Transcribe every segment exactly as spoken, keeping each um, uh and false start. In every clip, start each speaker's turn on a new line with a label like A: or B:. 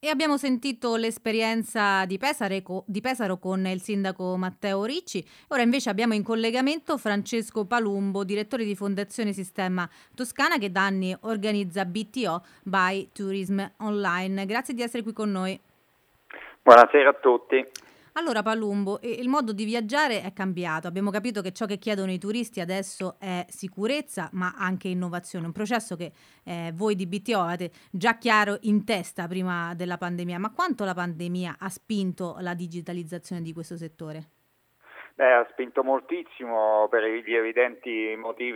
A: E abbiamo sentito l'esperienza di Pesare co- di Pesaro con il sindaco Matteo Ricci. Ora invece abbiamo in collegamento Francesco Palumbo, direttore di Fondazione Sistema Toscana, che da anni organizza B T O by Tourism Online. Grazie di essere qui con noi.
B: Buonasera a tutti.
A: Allora Palumbo, eh, il modo di viaggiare è cambiato. Abbiamo capito che ciò che chiedono i turisti adesso è sicurezza, ma anche innovazione. Un processo che eh, voi di B T O avete già chiaro in testa prima della pandemia. Ma quanto la pandemia ha spinto la digitalizzazione di questo settore?
B: Beh, ha spinto moltissimo per gli evidenti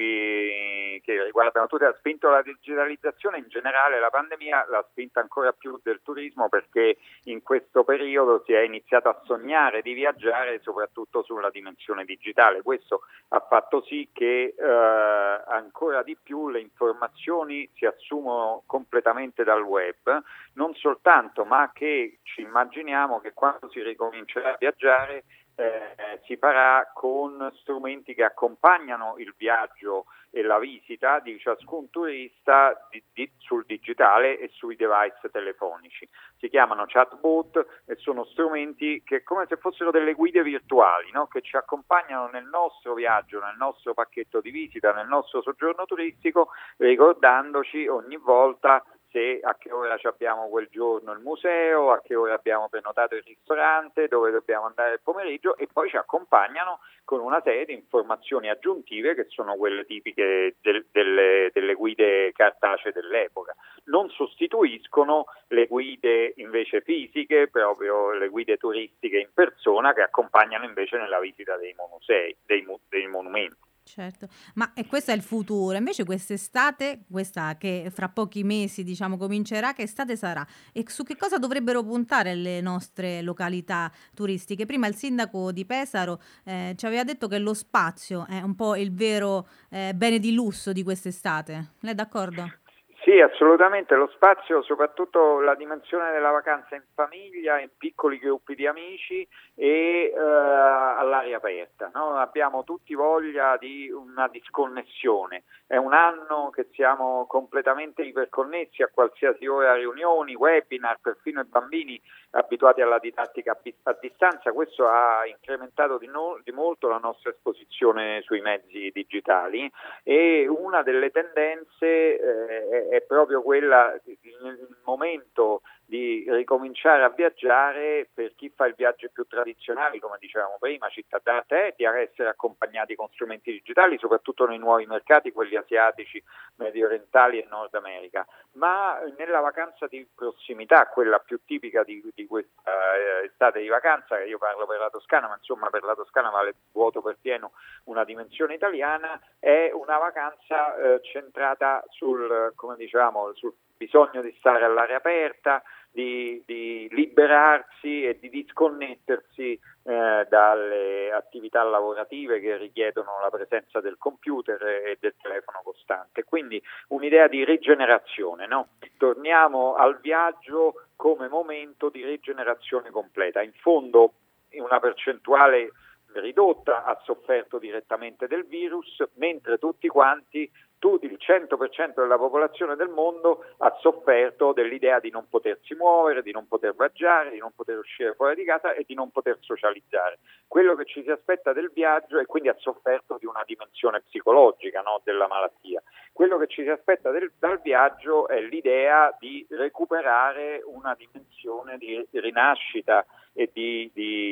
B: motivi che riguardano tutti, ha spinto la digitalizzazione in generale, la pandemia l'ha spinta ancora più del turismo perché in questo periodo si è iniziato a sognare di viaggiare soprattutto sulla dimensione digitale. Questo ha fatto sì che eh, ancora di più le informazioni si assumono completamente dal web, non soltanto, ma che ci immaginiamo che quando si ricomincerà a viaggiare Eh, si farà con strumenti che accompagnano il viaggio e la visita di ciascun turista di, di, sul digitale e sui device telefonici. Si chiamano chatbot e sono strumenti che come se fossero delle guide virtuali, no? Che ci accompagnano nel nostro viaggio, nel nostro pacchetto di visita, nel nostro soggiorno turistico, ricordandoci ogni volta se a che ora ci abbiamo quel giorno il museo, a che ora abbiamo prenotato il ristorante, dove dobbiamo andare il pomeriggio, e poi ci accompagnano con una serie di informazioni aggiuntive che sono quelle tipiche del, delle, delle guide cartacee dell'epoca. Non sostituiscono le guide invece fisiche, proprio le guide turistiche in persona che accompagnano invece nella visita dei musei, dei, dei monumenti.
A: Certo, ma e questo è il futuro. Invece quest'estate, questa che fra pochi mesi diciamo comincerà, che estate sarà? E su che cosa dovrebbero puntare le nostre località turistiche? Prima il sindaco di Pesaro eh, ci aveva detto che lo spazio è un po' il vero eh, bene di lusso di quest'estate. Lei è d'accordo?
B: Sì, assolutamente, lo spazio, soprattutto la dimensione della vacanza in famiglia, in piccoli gruppi di amici e eh, all'aria aperta, no? Abbiamo tutti voglia di una disconnessione, è un anno che siamo completamente iperconnessi a qualsiasi ora, riunioni, webinar, perfino i bambini abituati alla didattica a, a distanza. Questo ha incrementato di, no, di molto la nostra esposizione sui mezzi digitali e una delle tendenze eh, è proprio quella nel momento di ricominciare a viaggiare, per chi fa il viaggio più tradizionali, come dicevamo prima, città d'arte, di essere accompagnati con strumenti digitali, soprattutto nei nuovi mercati, quelli asiatici, medio orientali e Nord America. Ma nella vacanza di prossimità, quella più tipica di, di questa eh, estate di vacanza, che io parlo per la Toscana, ma insomma per la Toscana vale vuoto per pieno una dimensione italiana, è una vacanza eh, centrata sul, come dicevamo, sul bisogno di stare all'aria aperta, di, di liberarsi e di disconnettersi eh, dalle attività lavorative che richiedono la presenza del computer e del telefono costante. Quindi un'idea di rigenerazione, no? Torniamo al viaggio come momento di rigenerazione completa. In fondo una percentuale ridotta ha sofferto direttamente del virus, mentre tutti quanti, tutti, il cento per cento della popolazione del mondo ha sofferto dell'idea di non potersi muovere, di non poter viaggiare, di non poter uscire fuori di casa e di non poter socializzare. Quello che ci si aspetta del viaggio, e quindi ha sofferto di una dimensione psicologica, no, della malattia. Quello che ci si aspetta del, dal viaggio è l'idea di recuperare una dimensione di rinascita e di,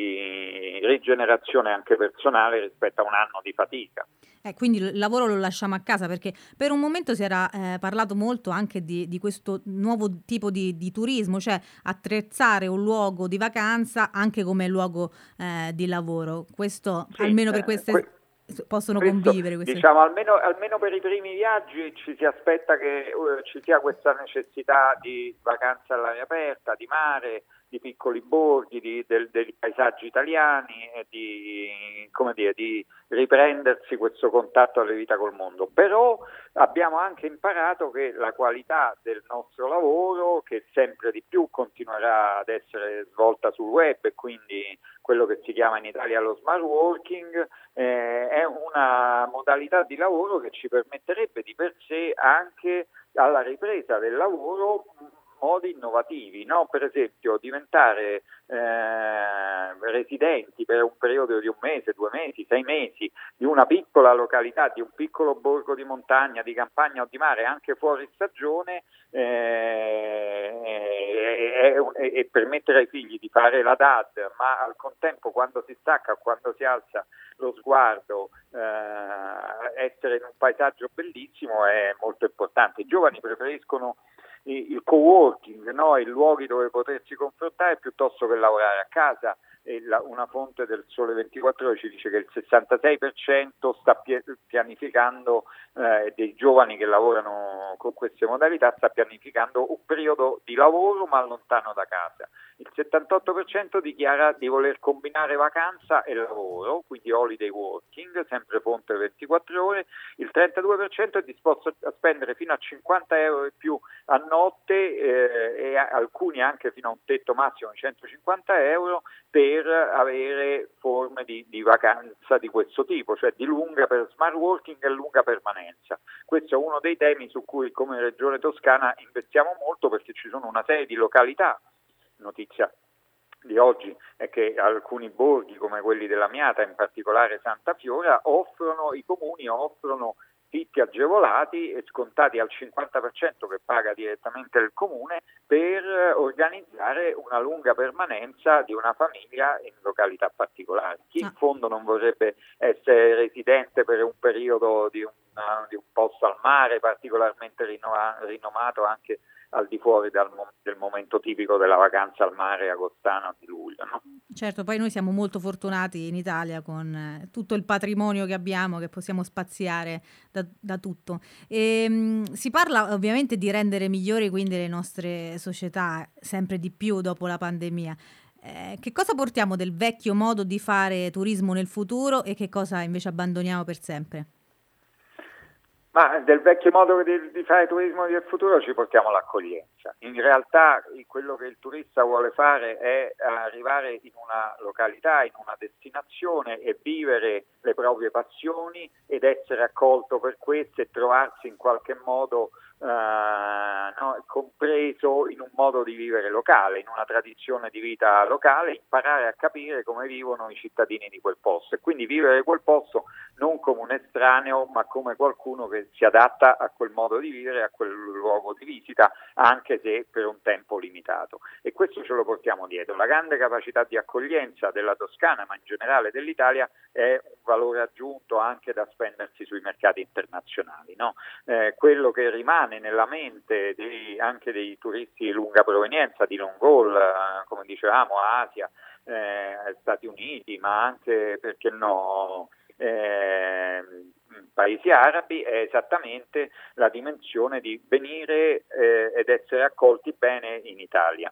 B: di rigenerazione anche personale rispetto a un anno di fatica.
A: Eh, quindi il lavoro lo lasciamo a casa perché per un momento si era eh, parlato molto anche di, di questo nuovo tipo di, di turismo, cioè attrezzare un luogo di vacanza anche come luogo eh, di lavoro. Questo
B: Sì,
A: almeno per
B: eh,
A: queste
B: que-
A: possono
B: questo
A: convivere queste.
B: diciamo almeno, almeno per i primi viaggi ci si aspetta che uh, ci sia questa necessità di vacanza all'aria aperta, di mare, di piccoli borghi, di, del, dei paesaggi italiani e di, come dire, di riprendersi questo contatto alle vita col mondo. Però abbiamo anche imparato che la qualità del nostro lavoro, che sempre di più continuerà ad essere svolta sul web e quindi quello che si chiama in Italia lo smart working, eh, è una modalità di lavoro che ci permetterebbe di per sé anche alla ripresa del lavoro modi innovativi, no? Per esempio diventare eh, residenti per un periodo di un mese, due mesi, sei mesi di una piccola località, di un piccolo borgo di montagna, di campagna o di mare, anche fuori stagione, eh, e, e, e permettere ai figli di fare la D A D, ma al contempo quando si stacca, quando si alza lo sguardo, eh, essere in un paesaggio bellissimo è molto importante. I giovani preferiscono il co-working, no? I luoghi dove potersi confrontare piuttosto che lavorare a casa. E la, una fonte del Sole ventiquattro Ore ci dice che il sessantasei per cento sta pianificando, eh, dei giovani che lavorano con queste modalità, sta pianificando un periodo di lavoro ma lontano da casa. Il settantotto per cento dichiara di voler combinare vacanza e lavoro, quindi holiday working, sempre fonte ventiquattro ore. Il trentadue per cento è disposto a spendere fino a cinquanta euro in più a notte, eh, e a, alcuni anche fino a un tetto massimo di centocinquanta euro per avere forme di, di vacanza di questo tipo, cioè di lunga per smart working e lunga permanenza. Questo è uno dei temi su cui come Regione Toscana investiamo molto, perché ci sono una serie di località. Notizia di oggi è che alcuni borghi come quelli della Miata, in particolare Santa Fiora, offrono, i comuni offrono affitti agevolati e scontati al cinquanta per cento che paga direttamente il comune per organizzare una lunga permanenza di una famiglia in località particolari. Chi in fondo non vorrebbe essere residente per un periodo di, una, di un posto al mare particolarmente rinova, rinomato anche al di fuori dal, del momento tipico della vacanza al mare agostana di luglio, no?
A: Certo, poi noi siamo molto fortunati in Italia con eh, tutto il patrimonio che abbiamo, che possiamo spaziare da, da tutto. E, mh, si parla ovviamente di rendere migliori quindi le nostre società sempre di più dopo la pandemia. Eh, che cosa portiamo del vecchio modo di fare turismo nel futuro e che cosa invece abbandoniamo per sempre?
B: Ma del vecchio modo di, di fare turismo del futuro ci portiamo l'accoglienza. In realtà quello che il turista vuole fare è arrivare in una località, in una destinazione e vivere le proprie passioni ed essere accolto per queste e trovarsi in qualche modo Uh, no, compreso in un modo di vivere locale, in una tradizione di vita locale, imparare a capire come vivono i cittadini di quel posto e quindi vivere quel posto non come un estraneo ma come qualcuno che si adatta a quel modo di vivere, a quel luogo di visita, anche se per un tempo limitato. E questo ce lo portiamo dietro. La grande capacità di accoglienza della Toscana, ma in generale dell'Italia, è un valore aggiunto anche da spendersi sui mercati internazionali, no? Eh, quello che rimane nella mente dei, anche dei turisti di lunga provenienza, di long haul, eh, come dicevamo, Asia, eh, Stati Uniti, ma anche, perché no, eh, paesi arabi, è esattamente la dimensione di venire eh, ed essere accolti bene in Italia.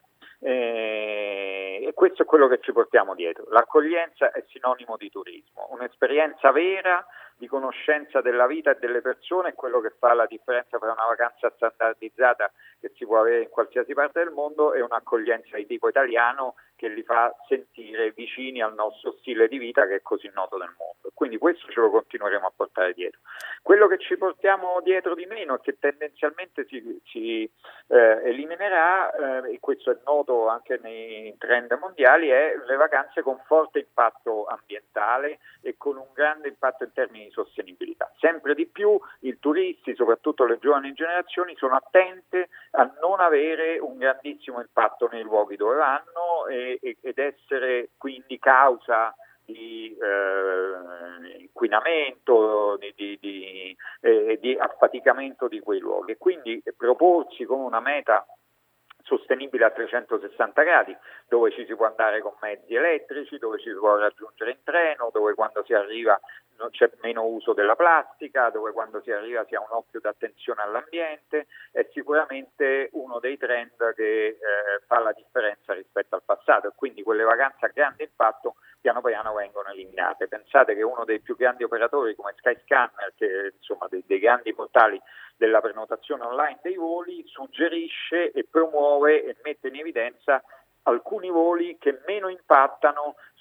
B: Eh, e questo è quello che ci portiamo dietro. L'accoglienza è sinonimo di turismo, un'esperienza vera di conoscenza della vita e delle persone è quello che fa la differenza tra una vacanza standardizzata che si può avere in qualsiasi parte del mondo e un'accoglienza di tipo italiano che li fa sentire vicini al nostro stile di vita che è così noto nel mondo. Quindi questo ce lo continueremo a portare dietro. Quello che ci portiamo dietro di meno e che tendenzialmente si, si eh, eliminerà, eh, e questo è noto anche nei trend mondiali, è le vacanze con forte impatto ambientale e con un grande impatto in termini di sostenibilità. Sempre di più i turisti, soprattutto le giovani generazioni, sono attente a non avere un grandissimo impatto nei luoghi dove vanno e, e, ed essere quindi causa di eh, inquinamento, di, di, di, eh, di affaticamento di quei luoghi. Quindi proporsi come una meta sostenibile a trecentosessanta gradi, dove ci si può andare con mezzi elettrici, dove ci si può raggiungere in treno, dove quando si arriva non c'è meno uso della plastica, dove quando si arriva si ha un occhio d'attenzione all'ambiente, è sicuramente uno dei trend che eh, fa la differenza rispetto al passato e quindi quelle vacanze a grande impatto piano piano vengono eliminate. Pensate che uno dei più grandi operatori come Skyscanner, che insomma dei, dei grandi portali della prenotazione online dei voli, suggerisce e promuove e mette in evidenza alcuni voli che meno impattano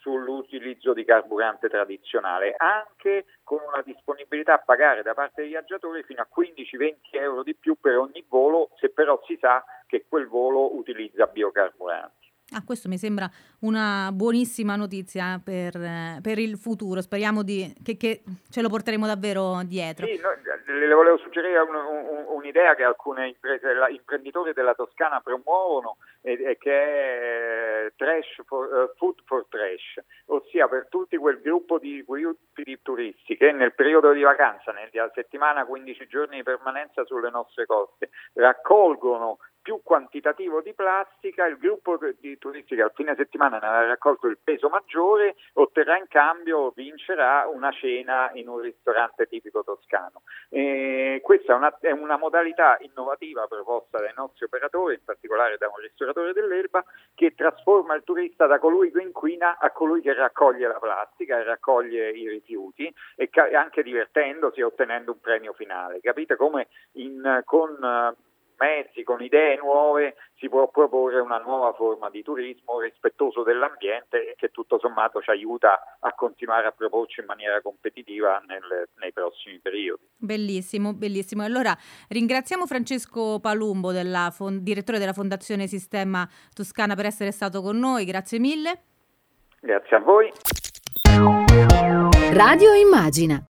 B: sull'utilizzo di carburante tradizionale, anche con una disponibilità a pagare da parte dei viaggiatori fino a quindici venti euro di più per ogni volo, se però si sa che quel volo utilizza biocarburanti.
A: Ah, questo mi sembra una buonissima notizia per, eh, per il futuro. Speriamo di, che, che ce lo porteremo davvero dietro.
B: Sì, no, le volevo suggerire un, un, un'idea che alcune imprese, la, imprenditori della Toscana promuovono e, e che è trash for, uh, Food for Trash, ossia per tutti quel gruppo di gruppi di turisti che nel periodo di vacanza, nella settimana quindici giorni di permanenza sulle nostre coste, raccolgono più quantitativo di plastica. Il gruppo di turisti che al fine settimana ne aveva raccolto il peso maggiore otterrà in cambio, vincerà una cena in un ristorante tipico toscano. E questa è una, è una modalità innovativa proposta dai nostri operatori, in particolare da un ristoratore dell'Elba, che trasforma il turista da colui che inquina a colui che raccoglie la plastica e raccoglie i rifiuti, e ca- anche divertendosi e ottenendo un premio finale. Capite come in, con mezzi, con idee nuove, si può proporre una nuova forma di turismo rispettoso dell'ambiente e che tutto sommato ci aiuta a continuare a proporci in maniera competitiva nel, nei prossimi periodi.
A: Bellissimo, bellissimo. Allora ringraziamo Francesco Palumbo, della fond- direttore della Fondazione Sistema Toscana, per essere stato con noi. Grazie mille.
B: Grazie a voi.
C: Radio Immagina.